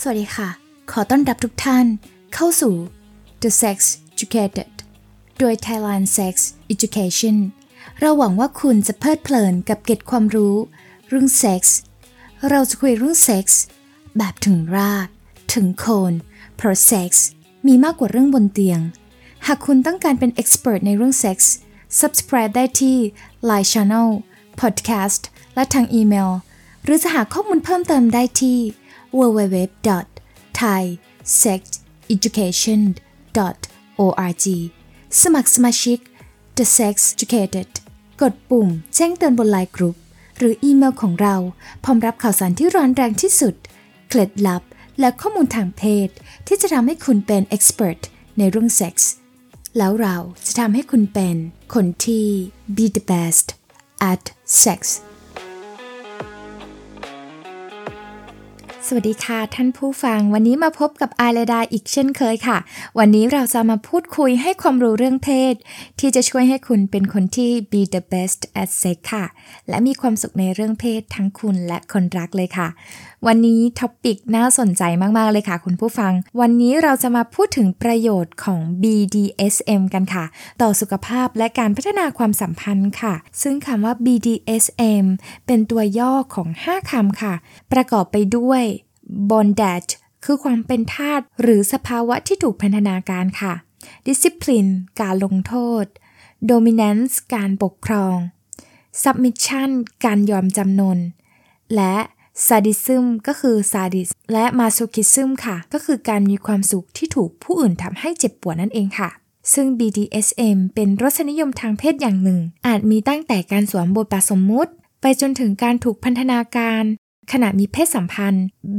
วัสดีค่ะขอต้อนรับทุกท่านเข้าสู่ The Sex Educated โดย Thailand Sex Education เราหวังว่าคุณจะเพลิดเพลินกับเกร็ดความรู้เรื่องเซ็กส์เราจะคุยเรื่องเซ็กส์แบบถึงรากถึงโคนเพราะเซ็กส์มีมากกว่าเรื่องบนเตียงหากคุณต้องการเป็น expert ในเรื่องเซ็กส์ subscribe ได้ที่ Line Channel Podcast และทางอีเมลหรือจะหาข้อมูลเพิ่มเติมได้ที่www.thaisexeducation.org สมัครสมาชิก The Sex Educated กดปุ่มแจ้งเตือนบนไลน์กรุ๊ปหรืออีเมลของเราพร้อมรับข่าวสารที่ร้อนแรงที่สุดเคล็ดลับและข้อมูลทางเพศที่จะทำให้คุณเป็น expert ในเรื่องเซ็กส์แล้วเราจะทำให้คุณเป็นคนที่ be the best at sexสวัสดีค่ะท่านผู้ฟังวันนี้มาพบกับอาเลดาอีกเช่นเคยค่ะวันนี้เราจะมาพูดคุยให้ความรู้เรื่องเพศที่จะช่วยให้คุณเป็นคนที่ be the best at sex ค่ะและมีความสุขในเรื่องเพศทั้งคุณและคนรักเลยค่ะวันนี้ท็อปิกน่าสนใจมากๆเลยค่ะคุณผู้ฟังวันนี้เราจะมาพูดถึงประโยชน์ของ BDSM กันค่ะต่อสุขภาพและการพัฒนาความสัมพันธ์ค่ะซึ่งคำว่า BDSM เป็นตัวย่อของ5คำค่ะประกอบไปด้วย Bondage คือความเป็นทาสหรือสภาวะที่ถูกพันธนาการค่ะ Discipline การลงโทษ Dominance การปกครอง Submission การยอมจำนนและSadism ก็คือ Sadist และ Masochism ค่ะก็คือการมีความสุขที่ถูกผู้อื่นทำให้เจ็บปวดนั่นเองค่ะซึ่ง BDSM เป็นรสนิยมทางเพศอย่างหนึ่งอาจมีตั้งแต่การสวมบทบาทสมมุติไปจนถึงการถูกพันธนาการขณะมีเพศสัมพันธ์แบบ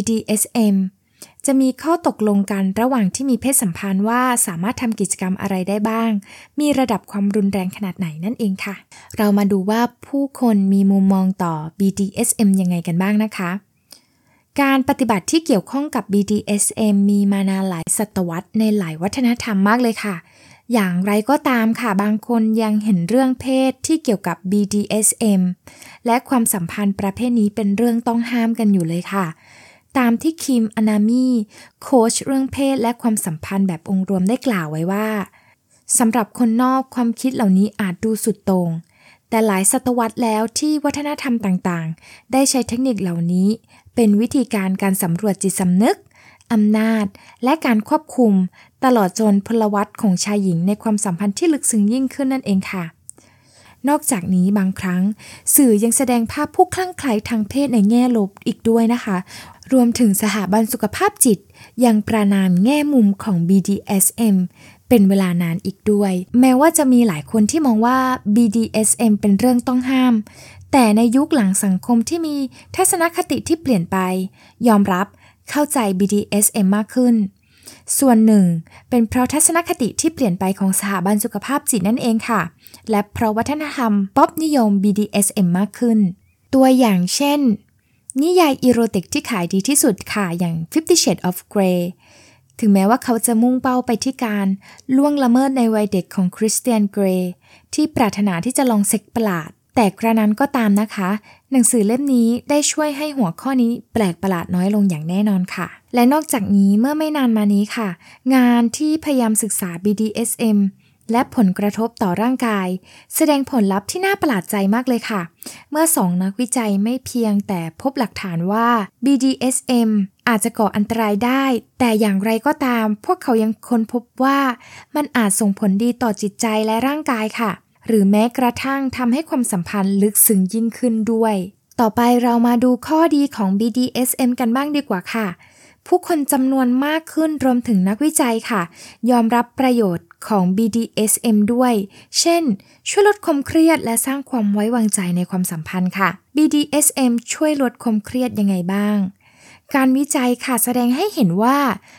BDSM จะมีข้อตกลงกันระหว่างที่มีเพศสัมพันธ์ว่าสามารถทำกิจกรรมอะไรได้บ้างมีระดับความรุนแรงขนาดไหนนั่นเองค่ะเรามาดูว่าผู้คนมีมุมมองต่อ BDSM ยังไงกันบ้างนะคะการปฏิบัติที่เกี่ยวข้องกับ BDSM มีมานานหลายศตวรรษในหลายวัฒนธรรมมากเลยค่ะอย่างไรก็ตามค่ะบางคนยังเห็นเรื่องเพศที่เกี่ยวกับ BDSM และความสัมพันธ์ประเภทนี้เป็นเรื่องต้องห้ามกันอยู่เลยค่ะตามที่คิมอานามีโค้ชเรื่องเพศและความสัมพันธ์แบบองค์รวมได้กล่าวไว้ว่าสำหรับคนนอกความคิดเหล่านี้อาจดูสุดโต่งแต่หลายศตวรรษแล้วที่วัฒนธรรมต่างๆได้ใช้เทคนิคเหล่านี้เป็นวิธีการสำรวจจิตสำนึกอำนาจและการควบคุมตลอดจนพลวัตของชายหญิงในความสัมพันธ์ที่ลึกซึ้งยิ่งขึ้นนั่นเองค่ะนอกจากนี้บางครั้งสื่อยังแสดงภาพผู้คลั่งไคล้ทางเพศในแง่ลบอีกด้วยนะคะรวมถึงสถาบันสุขภาพจิตยังประณามแง่มุมของ BDSM เป็นเวลานานอีกด้วยแม้ว่าจะมีหลายคนที่มองว่า BDSM เป็นเรื่องต้องห้ามแต่ในยุคหลังสังคมที่มีทัศนคติที่เปลี่ยนไปยอมรับเข้าใจ BDSM มากขึ้นส่วนหนึ่งเป็นเพราะทัศนคติที่เปลี่ยนไปของสถาบันสุขภาพจิตนั่นเองค่ะและเพราะวัฒนธรรมป๊อปนิยม BDSM มากขึ้นตัวอย่างเช่นนิยายอีโรติกที่ขายดีที่สุดค่ะอย่าง 50 Shades of Grey ถึงแม้ว่าเขาจะมุ่งเป้าไปที่การล่วงละเมิดในวัยเด็กของคริสเตียนเกรย์ที่ปรารถนาที่จะลองเซ็กประหลาดแต่กระนั้นก็ตามนะคะหนังสือเล่มนี้ได้ช่วยให้หัวข้อนี้แปลกประหลาดน้อยลงอย่างแน่นอนค่ะและนอกจากนี้เมื่อไม่นานมานี้ค่ะงานที่พยายามศึกษา BDSM และผลกระทบต่อร่างกายแสดงผลลัพธ์ที่น่าประหลาดใจมากเลยค่ะเมื่อ2นักวิจัยไม่เพียงแต่พบหลักฐานว่า BDSM อาจจะก่ออันตรายได้แต่อย่างไรก็ตามพวกเขายังค้นพบว่ามันอาจส่งผลดีต่อจิตใจและร่างกายค่ะหรือแม้กระทั่งทำให้ความสัมพันธ์ลึกซึ้งยิ่งขึ้นด้วยต่อไปเรามาดูข้อดีของ BDSM กันบ้างดีกว่าค่ะผู้คนจำนวนมากขึ้นรวมถึงนักวิจัยค่ะยอมรับประโยชน์ของ BDSM ด้วยเช่นช่วยลดความเครียดและสร้างความไว้วางใจในความสัมพันธ์ค่ะ BDSM ช่วยลดความเครียดยังไงบ้างการวิจัยค่ะแสดงให้เห็นว่า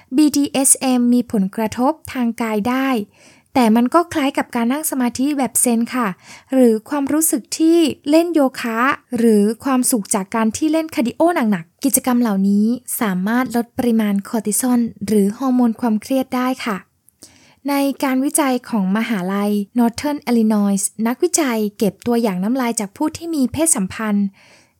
BDSM มีผลกระทบทางกายได้แต่มันก็คล้ายกับการนั่งสมาธิแบบเซนค่ะหรือความรู้สึกที่เล่นโยคะหรือความสุขจากการที่เล่นคาร์ดิโอหนักๆกิจกรรมเหล่านี้สามารถลดปริมาณคอร์ติซอลหรือฮอร์โมนความเครียดได้ค่ะในการวิจัยของมหาลัย Northern Illinois นักวิจัยเก็บตัวอย่างน้ำลายจากผู้ที่มีเพศสัมพันธ์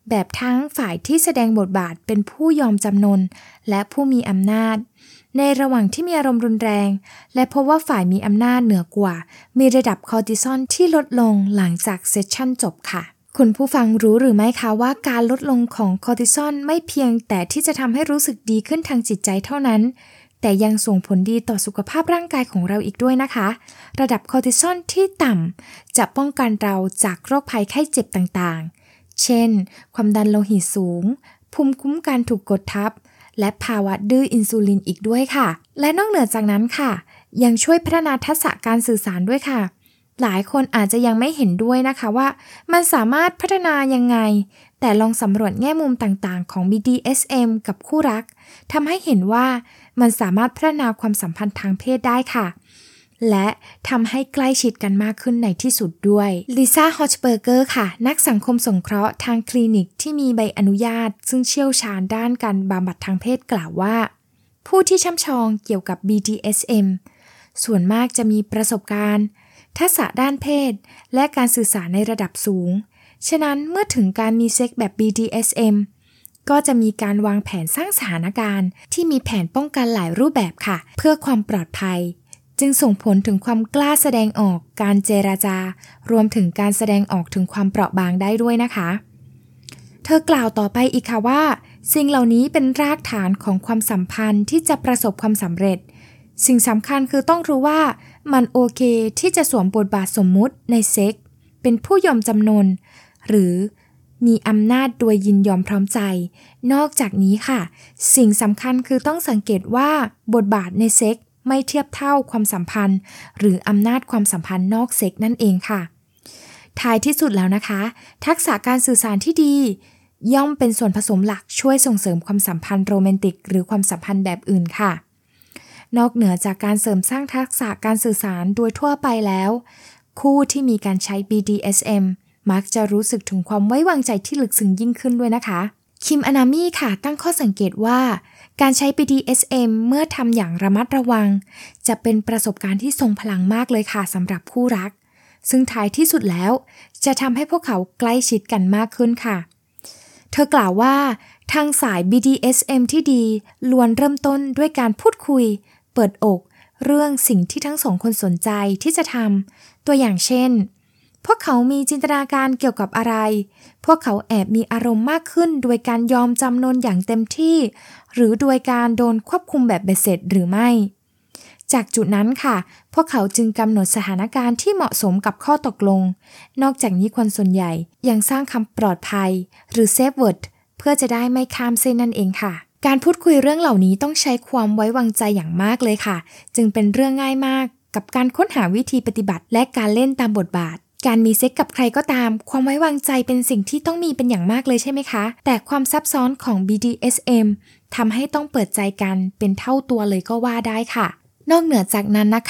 แบบทั้งฝ่ายที่แสดงบทบาทเป็นผู้ยอมจำนนและผู้มีอำนาจในระหว่างที่มีอารมณ์รุนแรงและพบว่าฝ่ายมีอำนาจเหนือกว่ามีระดับคอร์ติซอลที่ลดลงหลังจากเซสชั่นจบค่ะคุณผู้ฟังรู้หรือไม่คะว่าการลดลงของคอร์ติซอลไม่เพียงแต่ที่จะทำให้รู้สึกดีขึ้นทางจิตใจเท่านั้นแต่ยังส่งผลดีต่อสุขภาพร่างกายของเราอีกด้วยนะคะระดับคอร์ติซอลที่ต่ำจะป้องกันเราจากโรคภัยไข้เจ็บต่างๆเช่นความดันโลหิตสูงภูมิคุ้มกันถูกกดทับและภาวะดื้ออินซูลินอีกด้วยค่ะและนอกเหนือจากนั้นค่ะยังช่วยพัฒนาทักษะการสื่อสารด้วยค่ะหลายคนอาจจะยังไม่เห็นด้วยนะคะว่ามันสามารถพัฒนายังไงแต่ลองสำรวจแง่มุมต่างๆของ BDSM กับคู่รักทำให้เห็นว่ามันสามารถพัฒนาความสัมพันธ์ทางเพศได้ค่ะและทำให้ใกล้ชิดกันมากขึ้นในที่สุดด้วยลิซ่าฮอชเบอร์เกอร์ค่ะนักสังคมสงเคราะห์ทางคลินิกที่มีใบอนุญาตซึ่งเชี่ยวชาญด้านการบำบัดทางเพศกล่าวว่าผู้ที่ช่ำชองเกี่ยวกับ BDSM ส่วนมากจะมีประสบการณ์ทักษะด้านเพศและการสื่อสารในระดับสูงฉะนั้นเมื่อถึงการมีเซ็กส์แบบ BDSM ก็จะมีการวางแผนสร้างสถานการณ์ที่มีแผนป้องกันหลายรูปแบบค่ะเพื่อความปลอดภัยจึงส่งผลถึงความกล้าแสดงออกการเจรจารวมถึงการแสดงออกถึงความเปราะบางได้ด้วยนะคะเธอกล่าวต่อไปอีกค่ะว่าสิ่งเหล่านี้เป็นรากฐานของความสัมพันธ์ที่จะประสบความสำเร็จสิ่งสำคัญคือต้องรู้ว่ามันโอเคที่จะสวมบทบาทสมมุติในเซ็กส์เป็นผู้ยอมจำนนหรือมีอำนาจโดยยินยอมพร้อมใจนอกจากนี้ค่ะสิ่งสำคัญคือต้องสังเกตว่าบทบาทในเซ็กส์ไม่เทียบเท่าความสัมพันธ์หรืออำนาจความสัมพันธ์นอกเซ็กส์นั่นเองค่ะท้ายที่สุดแล้วนะคะทักษะการสื่อสารที่ดีย่อมเป็นส่วนผสมหลักช่วยส่งเสริมความสัมพันธ์โรแมนติกหรือความสัมพันธ์แบบอื่นค่ะนอกเหนือจากการเสริมสร้างทักษะการสื่อสารโดยทั่วไปแล้วคู่ที่มีการใช้ BDSM มักจะรู้สึกถึงความไว้วางใจที่ลึกซึ้งยิ่งขึ้นด้วยนะคะคิมอานามิค่ะตั้งข้อสังเกตว่าการใช้ BDSM เมื่อทำอย่างระมัดระวังจะเป็นประสบการณ์ที่ทรงพลังมากเลยค่ะสำหรับคู่รักซึ่งท้ายที่สุดแล้วจะทำให้พวกเขาใกล้ชิดกันมากขึ้นค่ะเธอกล่าวว่าทางสาย BDSM ที่ดีล้วนเริ่มต้นด้วยการพูดคุยเปิดอกเรื่องสิ่งที่ทั้งสองคนสนใจที่จะทำตัวอย่างเช่นพวกเขามีจินตนาการเกี่ยวกับอะไรพวกเขาแอบมีอารมณ์มากขึ้นโดยการยอมจำนนอย่างเต็มที่หรือโดยการโดนควบคุมแบบเบ็ดเสร็จหรือไม่จากจุดนั้นค่ะพวกเขาจึงกำหนดสถานการณ์ที่เหมาะสมกับข้อตกลงนอกจากนี้คนส่วนใหญ่ยังสร้างคำปลอดภัยหรือเซฟเวิร์ดเพื่อจะได้ไม่ข้ามเส้นนั่นเองค่ะการพูดคุยเรื่องเหล่านี้ต้องใช้ความไว้วางใจอย่างมากเลยค่ะจึงเป็นเรื่องง่ายมากกับการค้นหาวิธีปฏิบัติและการเล่นตามบทบาทการมีเซ็กกับใครก็ตามความไว้วางใจเป็นสิ่งที่ต้องมีเป็นอย่างมากเลยใช่ไหมคะแต่ความซับซ้อนของ BDSM ทำให้ต้องเปิดใจกันเป็นเท่าตัวเลยก็ว่าได้ค่ะนอกเหนือจากนั้นนะคะ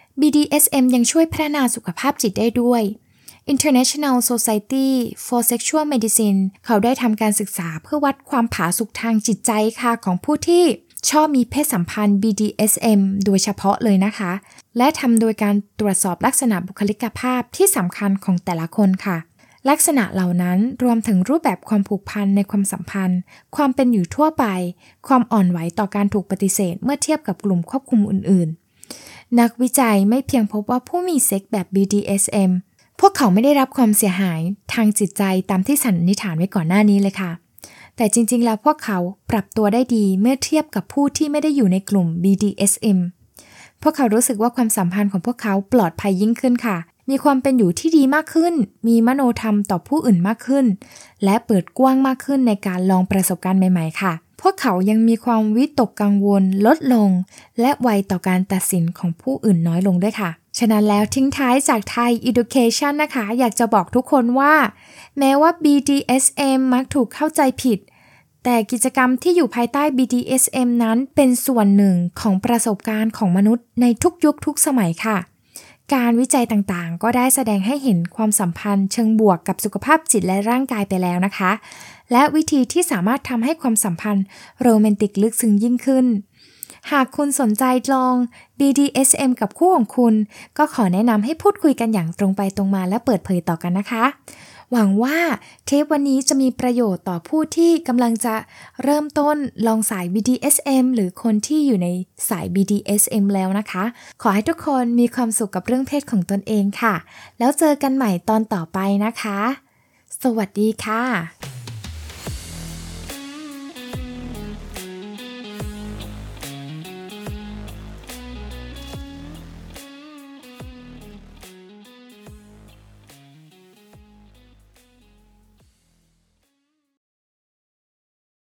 BDSM ยังช่วยพัฒนาสุขภาพจิตได้ด้วย International Society for Sexual Medicine เขาได้ทำการศึกษาเพื่อวัดความผาสุกทางจิตใจค่ะของผู้ที่ชอบมีเพศสัมพันธ์ BDSM โดยเฉพาะเลยนะคะและทำโดยการตรวจสอบลักษณะบุคลิกภาพที่สำคัญของแต่ละคนค่ะลักษณะเหล่านั้นรวมถึงรูปแบบความผูกพันในความสัมพันธ์ความเป็นอยู่ทั่วไปความอ่อนไหวต่อการถูกปฏิเสธเมื่อเทียบกับกลุ่มควบคุมอื่นๆนักวิจัยไม่เพียงพบว่าผู้มีเซ็กแบบ BDSM พวกเขาไม่ได้รับความเสียหายทางจิตใจตามที่สันนิษฐานไว้ก่อนหน้านี้เลยค่ะแต่จริงๆแล้วพวกเขาปรับตัวได้ดีเมื่อเทียบกับผู้ที่ไม่ได้อยู่ในกลุ่ม BDSM พวกเขารู้สึกว่าความสัมพันธ์ของพวกเขาปลอดภัยยิ่งขึ้นค่ะมีความเป็นอยู่ที่ดีมากขึ้นมีมโนธรรมต่อผู้อื่นมากขึ้นและเปิดกว้างมากขึ้นในการลองประสบการณ์ใหม่ๆค่ะพวกเขายังมีความวิตกกังวลลดลงและไวต่อการตัดสินของผู้อื่นน้อยลงด้วยค่ะฉะนั้นแล้วทิ้งท้ายจากไทย Education นะคะอยากจะบอกทุกคนว่าแม้ว่า BDSM มักถูกเข้าใจผิดแต่กิจกรรมที่อยู่ภายใต้ BDSM นั้นเป็นส่วนหนึ่งของประสบการณ์ของมนุษย์ในทุกยุคทุกสมัยค่ะการวิจัยต่างๆก็ได้แสดงให้เห็นความสัมพันธ์เชิงบวกกับสุขภาพจิตและร่างกายไปแล้วนะคะและวิธีที่สามารถทำให้ความสัมพันธ์โรแมนติกลึกซึ้งยิ่งขึ้นหากคุณสนใจลอง BDSM กับคู่ของคุณก็ขอแนะนำให้พูดคุยกันอย่างตรงไปตรงมาและเปิดเผยต่อกันนะคะหวังว่าเทปวันนี้จะมีประโยชน์ต่อผู้ที่กำลังจะเริ่มต้นลองสาย BDSM หรือคนที่อยู่ในสาย BDSM แล้วนะคะขอให้ทุกคนมีความสุขกับเรื่องเพศของตนเองค่ะแล้วเจอกันใหม่ตอนต่อไปนะคะสวัสดีค่ะ